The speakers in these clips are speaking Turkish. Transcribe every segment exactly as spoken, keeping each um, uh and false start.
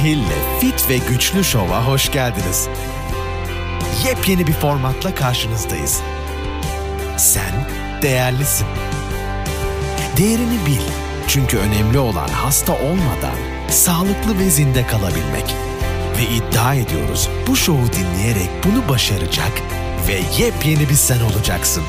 Hill'le Fit ve Güçlü Şov'a hoş geldiniz. Yepyeni bir formatla karşınızdayız. Sen değerlisin. Değerini bil. Çünkü önemli olan hasta olmadan sağlıklı ve zinde kalabilmek. Ve iddia ediyoruz, bu şovu dinleyerek bunu başaracak ve yepyeni bir sen olacaksın.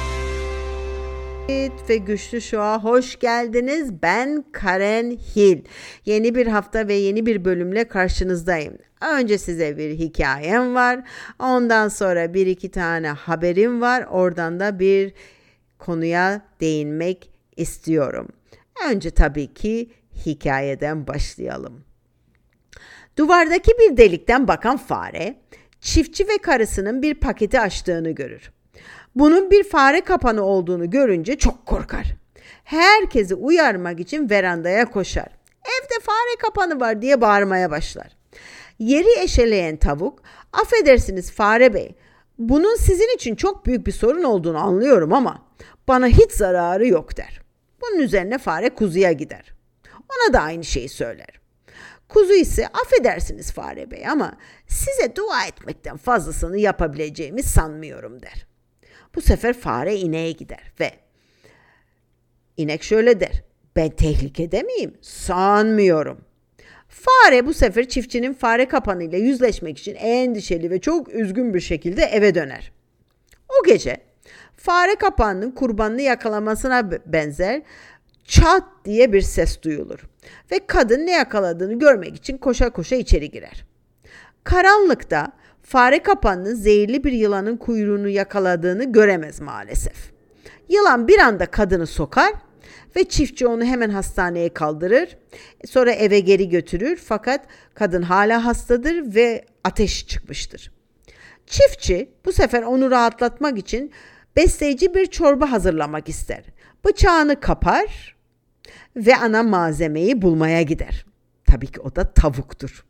Fit ve Güçlü Şov'a hoş geldiniz. Ben Karen Hill. Yeni bir hafta ve yeni bir bölümle karşınızdayım. Önce size bir hikayem var. Ondan sonra bir iki tane haberim var. Oradan da bir konuya değinmek istiyorum. Önce tabii ki hikayeden başlayalım. Duvardaki bir delikten bakan fare, çiftçi ve karısının bir paketi açtığını görür. Bunun bir fare kapanı olduğunu görünce çok korkar. Herkesi uyarmak için verandaya koşar. Evde fare kapanı var diye bağırmaya başlar. Yeri eşeleyen tavuk, affedersiniz fare bey, bunun sizin için çok büyük bir sorun olduğunu anlıyorum ama bana hiç zararı yok der. Bunun üzerine fare kuzuya gider. Ona da aynı şeyi söyler. Kuzu ise affedersiniz fare bey ama size dua etmekten fazlasını yapabileceğimi sanmıyorum der. Bu sefer fare ineğe gider ve inek şöyle der. Ben tehlikede miyim? Sanmıyorum. Fare bu sefer çiftçinin fare kapanıyla yüzleşmek için endişeli ve çok üzgün bir şekilde eve döner. O gece fare kapanının kurbanını yakalamasına benzer çat diye bir ses duyulur ve kadın ne yakaladığını görmek için koşa koşa içeri girer. Karanlıkta fare kapanının zehirli bir yılanın kuyruğunu yakaladığını göremez maalesef. Yılan bir anda kadını sokar ve çiftçi onu hemen hastaneye kaldırır. Sonra eve geri götürür fakat kadın hala hastadır ve ateşi çıkmıştır. Çiftçi bu sefer onu rahatlatmak için besleyici bir çorba hazırlamak ister. Bıçağını kapar ve ana malzemeyi bulmaya gider. Tabii ki o da tavuktur.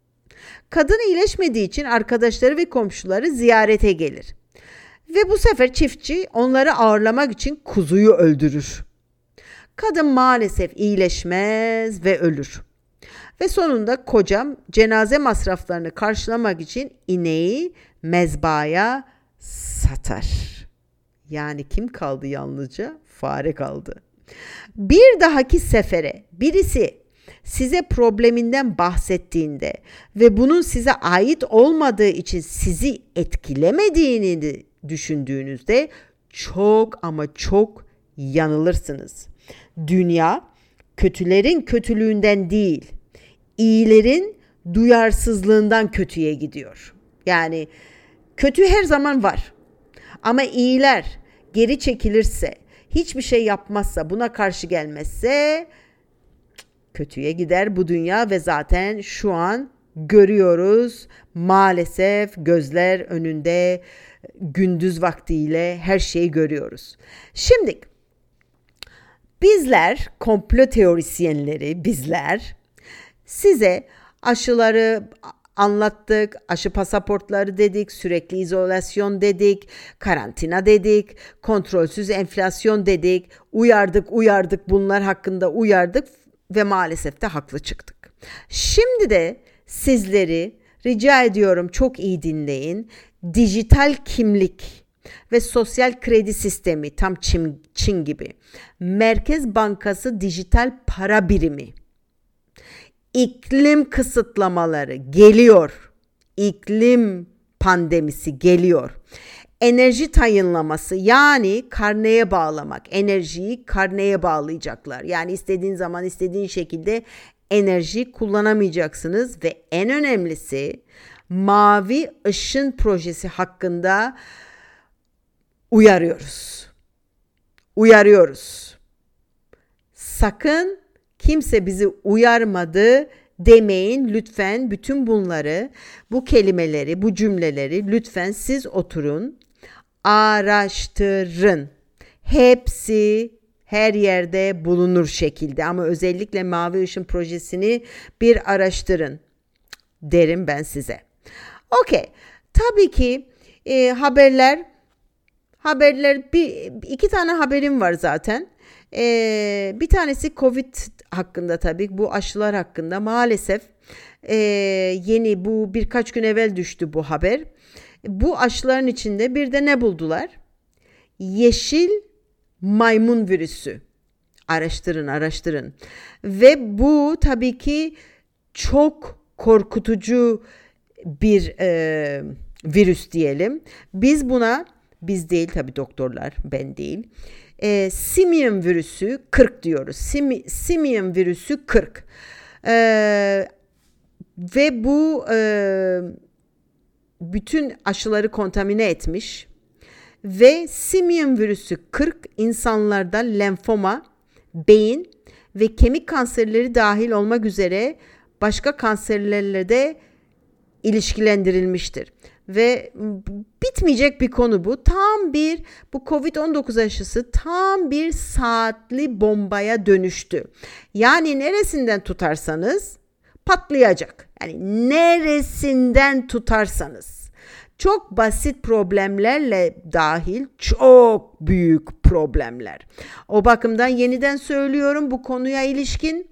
Kadın iyileşmediği için arkadaşları ve komşuları ziyarete gelir. Ve bu sefer çiftçi onları ağırlamak için kuzuyu öldürür. Kadın maalesef iyileşmez ve ölür. Ve sonunda kocam cenaze masraflarını karşılamak için ineği mezbahaya satar. Yani kim kaldı yalnızca? Fare kaldı. Bir dahaki sefere birisi size probleminden bahsettiğinde ve bunun size ait olmadığı için sizi etkilemediğini düşündüğünüzde çok ama çok yanılırsınız. Dünya kötülerin kötülüğünden değil, iyilerin duyarsızlığından kötüye gidiyor. Yani kötü her zaman var. Ama iyiler geri çekilirse, hiçbir şey yapmazsa, buna karşı gelmezse kötüye gider bu dünya ve zaten şu an görüyoruz maalesef gözler önünde gündüz vaktiyle her şeyi görüyoruz. Şimdi bizler komplo teorisyenleri bizler size aşıları anlattık, aşı pasaportları dedik, sürekli izolasyon dedik, karantina dedik, kontrolsüz enflasyon dedik, uyardık uyardık bunlar hakkında uyardık ve maalesef de haklı çıktık. Şimdi de sizleri rica ediyorum çok iyi dinleyin. Dijital kimlik ve sosyal kredi sistemi tam Çin, Çin gibi. Merkez Bankası dijital para birimi. İklim kısıtlamaları geliyor. İklim pandemisi geliyor. Enerji tayinlaması yani karneye bağlamak. Enerjiyi karneye bağlayacaklar. Yani istediğin zaman istediğin şekilde enerji kullanamayacaksınız ve en önemlisi mavi ışın projesi hakkında uyarıyoruz. Uyarıyoruz. Sakın kimse bizi uyarmadı demeyin lütfen. Bütün bunları, bu kelimeleri, bu cümleleri lütfen siz oturun, araştırın. Hepsi her yerde bulunur şekilde ama özellikle mavi ışın projesini bir araştırın derim ben size. Okey. Tabii ki e, haberler haberler bir iki tane haberim var zaten. Ee, bir tanesi covid hakkında tabii bu aşılar hakkında maalesef e, yeni bu birkaç gün evvel düştü bu haber. Bu aşıların içinde bir de ne buldular? Yeşil maymun virüsü. Araştırın araştırın. Ve bu tabii ki çok korkutucu bir e, virüs diyelim. Biz buna, biz değil tabii doktorlar, ben değil. E, simian virüsü kırk diyoruz. Simi, simian virüsü kırk. E, ve bu e, bütün aşıları kontamine etmiş. Ve simian virüsü kırk insanlarda lenfoma, beyin ve kemik kanserleri dahil olmak üzere başka kanserlerle de ilişkilendirilmiştir. Ve bitmeyecek bir konu bu. Tam bir bu kovid on dokuz aşısı tam bir saatli bombaya dönüştü. Yani neresinden tutarsanız patlayacak. Yani neresinden tutarsanız. Çok basit problemlerle dahil çok büyük problemler. O bakımdan yeniden söylüyorum, bu konuya ilişkin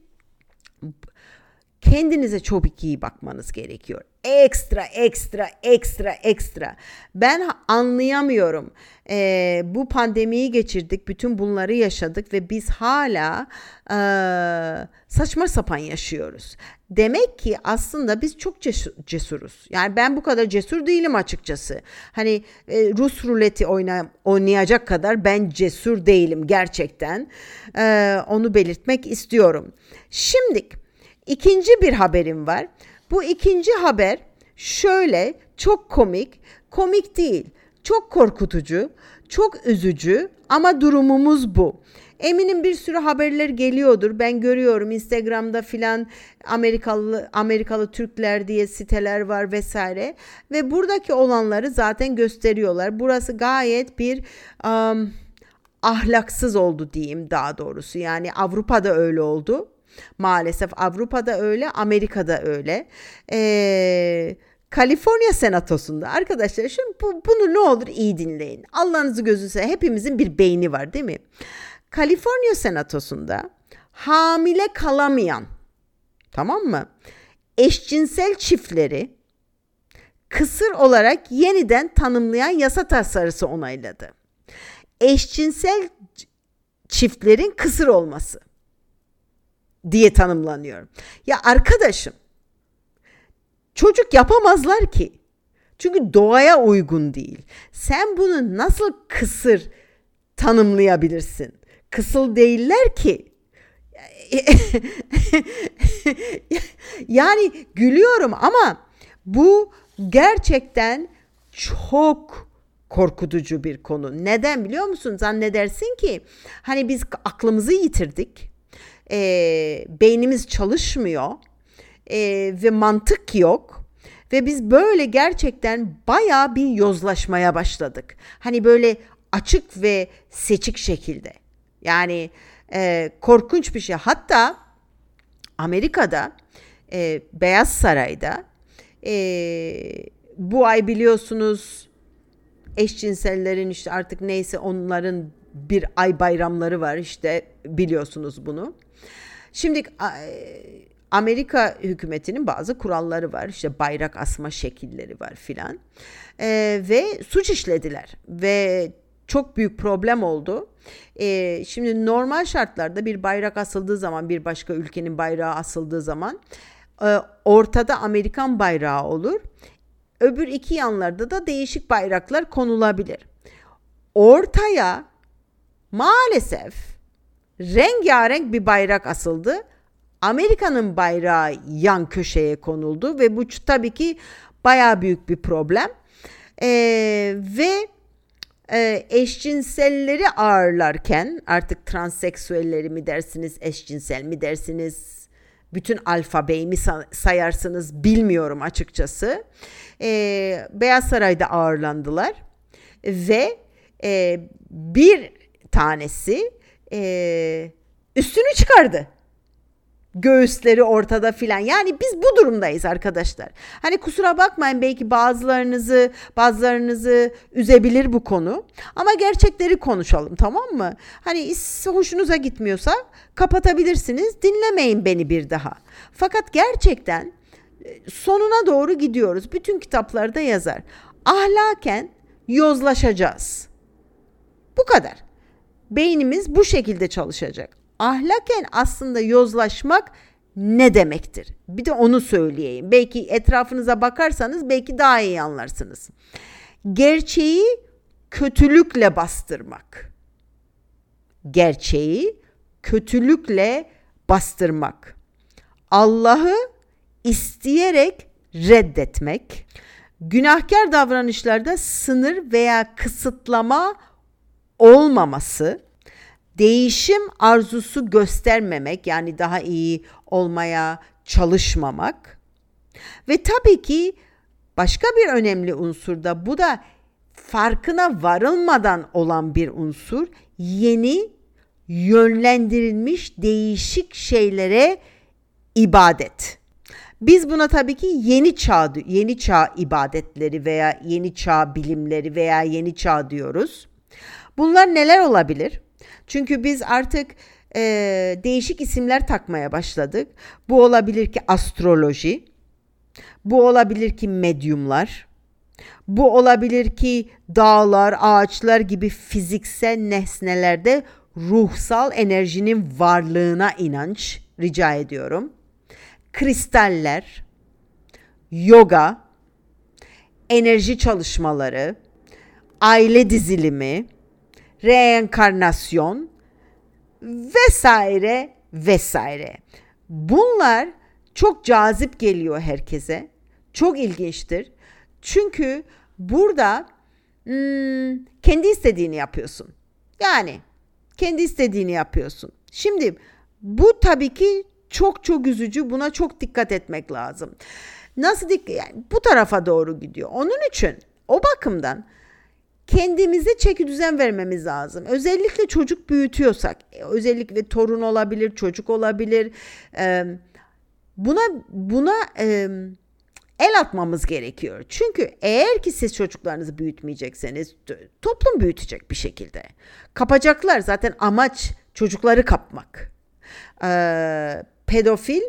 kendinize çok iyi bakmanız gerekiyor. Ekstra, ekstra, ekstra, ekstra. Ben anlayamıyorum. Ee, bu pandemiyi geçirdik, bütün bunları yaşadık ve biz hala e, saçma sapan yaşıyoruz. Demek ki aslında biz çok cesur, cesuruz. Yani ben bu kadar cesur değilim açıkçası. Hani e, Rus ruleti oyna, oynayacak kadar ben cesur değilim gerçekten. Ee, onu belirtmek istiyorum. Şimdi ikinci bir haberim var. Bu ikinci haber şöyle, çok komik, komik değil, çok korkutucu, çok üzücü ama durumumuz bu. Eminim bir sürü haberler geliyordur. Ben görüyorum Instagram'da filan Amerikalı Amerikalı Türkler diye siteler var vesaire ve buradaki olanları zaten gösteriyorlar. Burası gayet bir um, ahlaksız oldu diyeyim daha doğrusu. Yani Avrupa'da öyle oldu. Maalesef Avrupa'da öyle, Amerika'da öyle. Ee, Kaliforniya Senatosu'nda arkadaşlar şimdi bu, bunu ne olur iyi dinleyin. Allah'ınızı gözünüze, hepimizin bir beyni var değil mi? Kaliforniya Senatosu'nda hamile kalamayan, tamam mı, eşcinsel çiftleri kısır olarak yeniden tanımlayan yasa tasarısı onayladı. Eşcinsel çiftlerin kısır olması diye tanımlanıyor. Ya arkadaşım, çocuk yapamazlar ki. Çünkü doğaya uygun değil. Sen bunu nasıl kısır tanımlayabilirsin? Kısıl değiller ki. Yani gülüyorum ama bu gerçekten çok korkutucu bir konu. Neden biliyor musun? Zannedersin ki hani biz aklımızı yitirdik. E, beynimiz çalışmıyor e, ve mantık yok ve biz böyle gerçekten bayağı bir yozlaşmaya başladık. Hani böyle açık ve seçik şekilde. Yani e, korkunç bir şey. Hatta Amerika'da e, Beyaz Saray'da e, bu ay biliyorsunuz eşcinsellerin işte artık neyse onların bir ay bayramları var, işte biliyorsunuz bunu. Şimdi Amerika hükümetinin bazı kuralları var, işte bayrak asma şekilleri var filan ee, ve suç işlediler ve çok büyük problem oldu. Ee, şimdi normal şartlarda bir bayrak asıldığı zaman, bir başka ülkenin bayrağı asıldığı zaman e, ortada Amerikan bayrağı olur. Öbür iki yanlarda da değişik bayraklar konulabilir. Ortaya maalesef rengarenk bir bayrak asıldı. Amerika'nın bayrağı yan köşeye konuldu ve bu tabii ki bayağı büyük bir problem. Ee, ve e, eşcinselleri ağırlarken, artık transseksüelleri mi dersiniz, eşcinsel mi dersiniz, bütün alfabeyi mi sayarsınız bilmiyorum açıkçası. Ee, Beyaz Saray'da ağırlandılar ve e, bir tanesi e, üstünü çıkardı. göğüsleri ortada filan. Yani biz bu durumdayız arkadaşlar. Hani kusura bakmayın, belki bazılarınızı bazılarınızı üzebilir bu konu. Ama gerçekleri konuşalım, tamam mı? Hani hoşunuza gitmiyorsa kapatabilirsiniz. Dinlemeyin beni bir daha. Fakat gerçekten sonuna doğru gidiyoruz. Bütün kitaplarda yazar. Ahlaken yozlaşacağız. Bu kadar. Beynimiz bu şekilde çalışacak. Ahlaken aslında yozlaşmak ne demektir? Bir de onu söyleyeyim. Belki etrafınıza bakarsanız belki daha iyi anlarsınız. Gerçeği kötülükle bastırmak. Gerçeği kötülükle bastırmak. Allah'ı isteyerek reddetmek. Günahkar davranışlarda sınır veya kısıtlama olmaması. Değişim arzusu göstermemek, yani daha iyi olmaya çalışmamak. Ve tabii ki başka bir önemli unsur da, bu da farkına varılmadan olan bir unsur, yeni, yönlendirilmiş değişik şeylere ibadet. Biz buna tabii ki yeni çağ, yeni çağ ibadetleri veya yeni çağ bilimleri veya yeni çağ diyoruz. Bunlar neler olabilir? Çünkü biz artık e, değişik isimler takmaya başladık. Bu olabilir ki astroloji, bu olabilir ki medyumlar, bu olabilir ki dağlar, ağaçlar gibi fiziksel nesnelerde ruhsal enerjinin varlığına inanç, rica ediyorum. Kristaller, yoga, enerji çalışmaları, aile dizilimi, reenkarnasyon vesaire vesaire. Bunlar çok cazip geliyor herkese. Çok ilginçtir. Çünkü burada hmm, kendi istediğini yapıyorsun. Yani kendi istediğini yapıyorsun. Şimdi bu tabii ki çok çok üzücü. Buna çok dikkat etmek lazım. Nasıl dik- yani bu tarafa doğru gidiyor. Onun için o bakımdan kendimize çeki düzen vermemiz lazım. Özellikle çocuk büyütüyorsak, özellikle torun olabilir, çocuk olabilir. Buna buna el atmamız gerekiyor. Çünkü eğer ki siz çocuklarınızı büyütmeyecekseniz, toplum büyütecek bir şekilde. Kapacaklar. Zaten amaç çocukları kapmak. Pedofil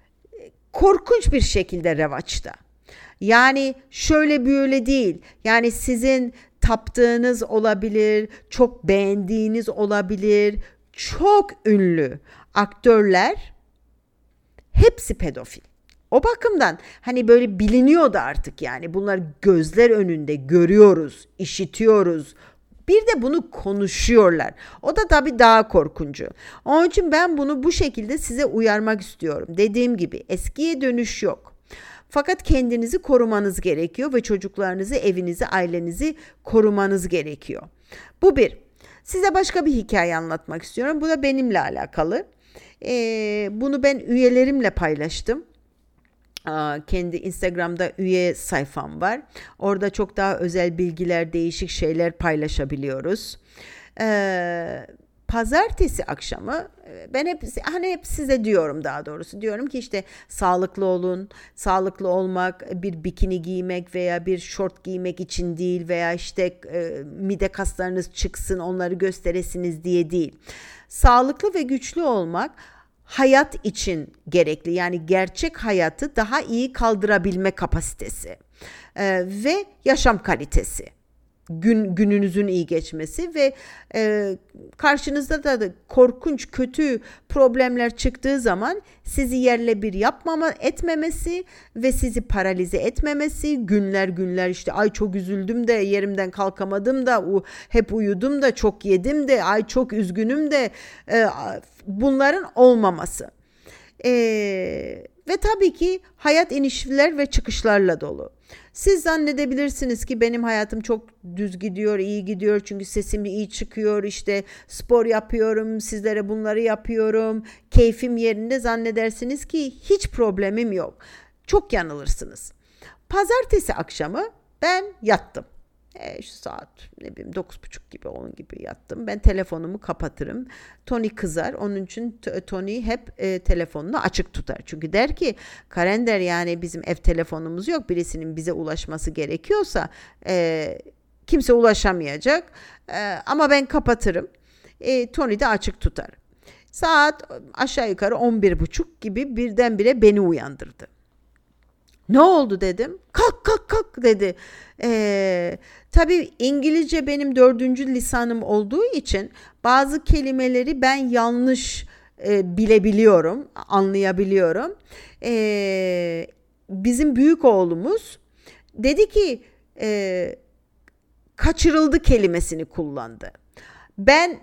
korkunç bir şekilde revaçta. Yani şöyle böyle değil. Yani sizin taptığınız olabilir, çok beğendiğiniz olabilir, çok ünlü aktörler hepsi pedofil. O bakımdan hani böyle biliniyor da artık, yani bunlar gözler önünde görüyoruz, işitiyoruz. Bir de bunu konuşuyorlar. O da tabii daha korkuncu. Onun için ben bunu bu şekilde size uyarmak istiyorum. Dediğim gibi eskiye dönüş yok. Fakat kendinizi korumanız gerekiyor ve çocuklarınızı, evinizi, ailenizi korumanız gerekiyor. Bu bir. Size başka bir hikaye anlatmak istiyorum. Bu da benimle alakalı. Ee, bunu ben üyelerimle paylaştım. Aa, kendi Instagram'da üye sayfam var. Orada çok daha özel bilgiler, değişik şeyler paylaşabiliyoruz. Ee, Pazartesi akşamı ben hep hani hep size diyorum, daha doğrusu diyorum ki işte sağlıklı olun. Sağlıklı olmak bir bikini giymek veya bir şort giymek için değil veya işte e, mide kaslarınız çıksın, onları gösteresiniz diye değil. Sağlıklı ve güçlü olmak hayat için gerekli. Yani gerçek hayatı daha iyi kaldırabilme kapasitesi e, ve yaşam kalitesi. Gün, gününüzün iyi geçmesi ve e, karşınızda da, da korkunç kötü problemler çıktığı zaman sizi yerle bir yapmama etmemesi ve sizi paralize etmemesi, günler günler işte ay çok üzüldüm de yerimden kalkamadım da u, hep uyudum da çok yedim de ay çok üzgünüm de e, bunların olmaması. E, ve tabii ki hayat inişler ve çıkışlarla dolu. Siz zannedebilirsiniz ki benim hayatım çok düz gidiyor, iyi gidiyor çünkü sesim iyi çıkıyor, işte spor yapıyorum, sizlere bunları yapıyorum, keyfim yerinde, zannedersiniz ki hiç problemim yok. Çok yanılırsınız. Pazartesi akşamı ben yattım. E, şu saat ne bileyim dokuz buçuk gibi on gibi yattım. Ben telefonumu kapatırım. Tony kızar. Onun için Tony hep e, telefonunu açık tutar. Çünkü der ki Karen der yani bizim ev telefonumuz yok. Birisinin bize ulaşması gerekiyorsa e, kimse ulaşamayacak. E, ama ben kapatırım. E, Tony de açık tutar. Saat aşağı yukarı on bir buçuk gibi birdenbire beni uyandırdı. Ne oldu dedim. Kalk kalk kalk dedi. Ee, tabii İngilizce benim dördüncü lisanım olduğu için bazı kelimeleri ben yanlış e, bilebiliyorum, anlayabiliyorum. Ee, bizim büyük oğlumuz dedi ki e, kaçırıldı kelimesini kullandı. Ben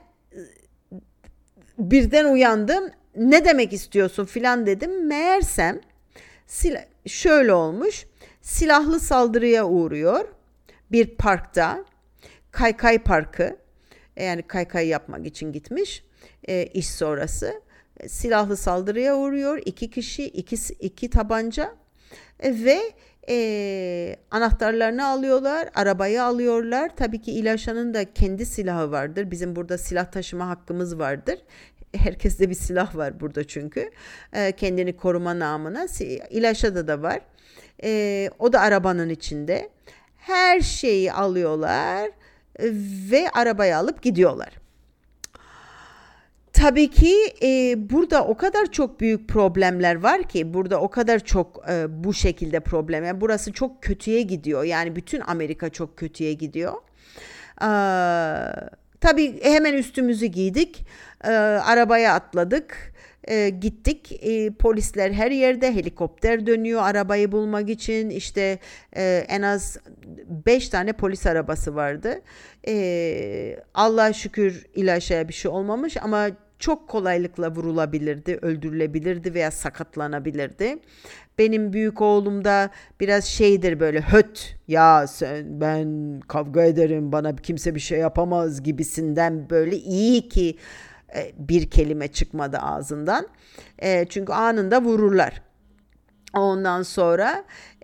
birden uyandım. Ne demek istiyorsun filan dedim. Meğersem Sil- şöyle olmuş, silahlı saldırıya uğruyor bir parkta, kaykay parkı, yani kaykay yapmak için gitmiş e, iş sonrası, e, silahlı saldırıya uğruyor, iki kişi, iki, iki tabanca e, ve e, anahtarlarını alıyorlar, arabayı alıyorlar. Tabii ki İlaşa'nın da kendi silahı vardır, bizim burada silah taşıma hakkımız vardır. Herkeste bir silah var burada çünkü. E, kendini koruma namına. İlaşa'da da var. E, o da arabanın içinde. Her şeyi alıyorlar ve arabaya alıp gidiyorlar. Tabii ki e, burada o kadar çok büyük problemler var ki, burada o kadar çok e, bu şekilde problem. Yani burası çok kötüye gidiyor. Yani bütün Amerika çok kötüye gidiyor. Eee Tabii hemen üstümüzü giydik, e, arabaya atladık, e, gittik. E, polisler her yerde, helikopter dönüyor arabayı bulmak için. İşte e, en az beş tane polis arabası vardı. E, Allah'a şükür İlaşa'ya bir şey olmamış ama çok kolaylıkla vurulabilirdi, öldürülebilirdi veya sakatlanabilirdi. Benim büyük oğlum da biraz şeydir, böyle höt, ya sen, ben kavga ederim, bana kimse bir şey yapamaz gibisinden, böyle iyi ki e, bir kelime çıkmadı ağzından. E, çünkü anında vururlar. Ondan sonra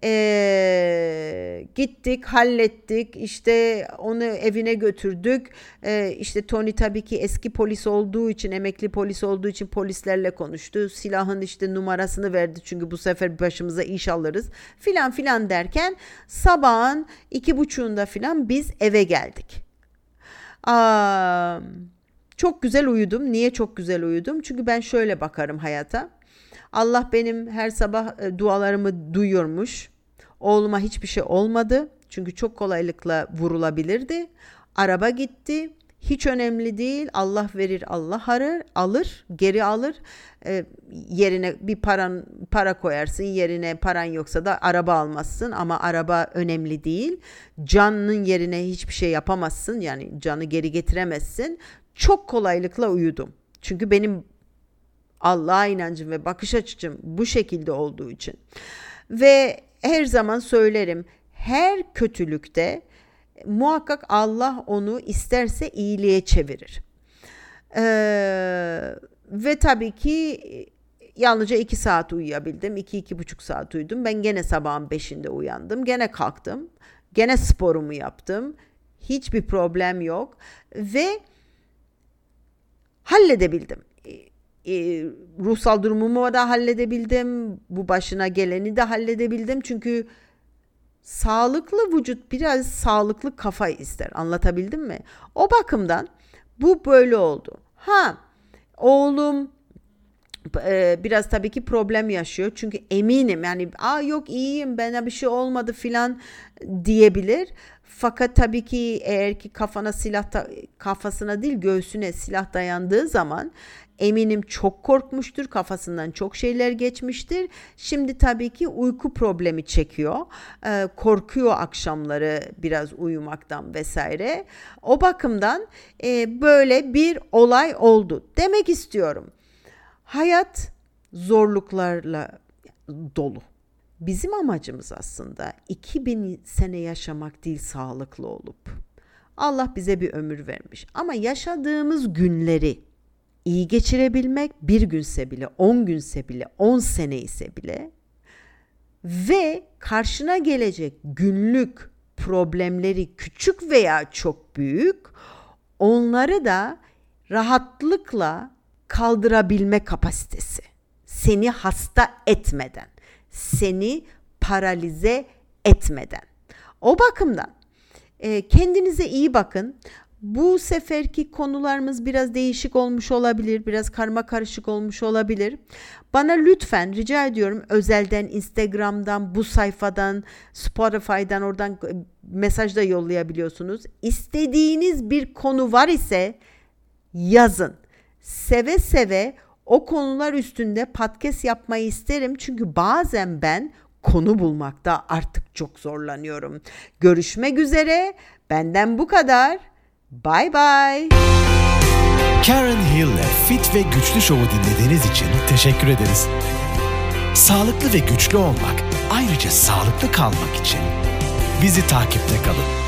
e, gittik, hallettik, işte onu evine götürdük. E, işte Tony tabii ki eski polis olduğu için, emekli polis olduğu için polislerle konuştu. Silahın işte numarasını verdi çünkü bu sefer başımıza iş alırız filan filan derken sabahın iki buçuğunda filan biz eve geldik. Aa, çok güzel uyudum. Niye çok güzel uyudum? Çünkü ben şöyle bakarım hayata. Allah benim her sabah dualarımı duyuyormuş. Oğluma hiçbir şey olmadı. Çünkü çok kolaylıkla vurulabilirdi. Araba gitti. Hiç önemli değil. Allah verir, Allah alır, alır, geri alır. E, yerine bir paran para koyarsın. Yerine paran yoksa da araba almazsın. Ama araba önemli değil. Canının yerine hiçbir şey yapamazsın. Yani canı geri getiremezsin. Çok kolaylıkla uyudum. Çünkü benim Allah'a inancım ve bakış açım bu şekilde olduğu için. Ve her zaman söylerim, her kötülükte muhakkak Allah onu isterse iyiliğe çevirir. Ee, ve tabii ki yalnızca iki saat uyuyabildim. iki iki buçuk saat uyudum. Ben gene sabahın beşinde uyandım. Gene kalktım. Gene sporumu yaptım. Hiçbir problem yok. Ve halledebildim. E, ruhsal durumumu da halledebildim. Bu başına geleni de halledebildim. Çünkü sağlıklı vücut biraz sağlıklı kafa ister. Anlatabildim mi? O bakımdan bu böyle oldu. Ha, oğlum e, biraz tabii ki problem yaşıyor. Çünkü eminim yani aa yok iyiyim, bana bir şey olmadı filan diyebilir. Fakat tabii ki eğer ki kafana silah da, kafasına değil göğsüne silah dayandığı zaman eminim çok korkmuştur, kafasından çok şeyler geçmiştir. Şimdi tabii ki uyku problemi çekiyor, ee, korkuyor akşamları biraz uyumaktan vesaire. O bakımdan e, böyle bir olay oldu. Demek istiyorum, hayat zorluklarla dolu. Bizim amacımız aslında iki bin sene yaşamak değil, sağlıklı olup. Allah bize bir ömür vermiş ama yaşadığımız günleri iyi geçirebilmek, bir günse bile, on günse bile, on sene ise bile ve karşına gelecek günlük problemleri küçük veya çok büyük, onları da rahatlıkla kaldırabilme kapasitesi. Seni hasta etmeden, seni paralize etmeden. O bakımdan e, kendinize iyi bakın. Bu seferki konularımız biraz değişik olmuş olabilir, biraz karma karışık olmuş olabilir. Bana lütfen rica ediyorum özelden, Instagram'dan, bu sayfadan, Spotify'dan, oradan mesaj da yollayabiliyorsunuz. İstediğiniz bir konu var ise yazın. Seve seve o konular üstünde podcast yapmayı isterim. Çünkü bazen ben konu bulmakta artık çok zorlanıyorum. Görüşmek üzere. Benden bu kadar. Bye bye. Karen Hill'le Fit ve Güçlü Show'u dinlediğiniz için teşekkür ederiz. Sağlıklı ve güçlü olmak, ayrıca sağlıklı kalmak için bizi takipte kalın.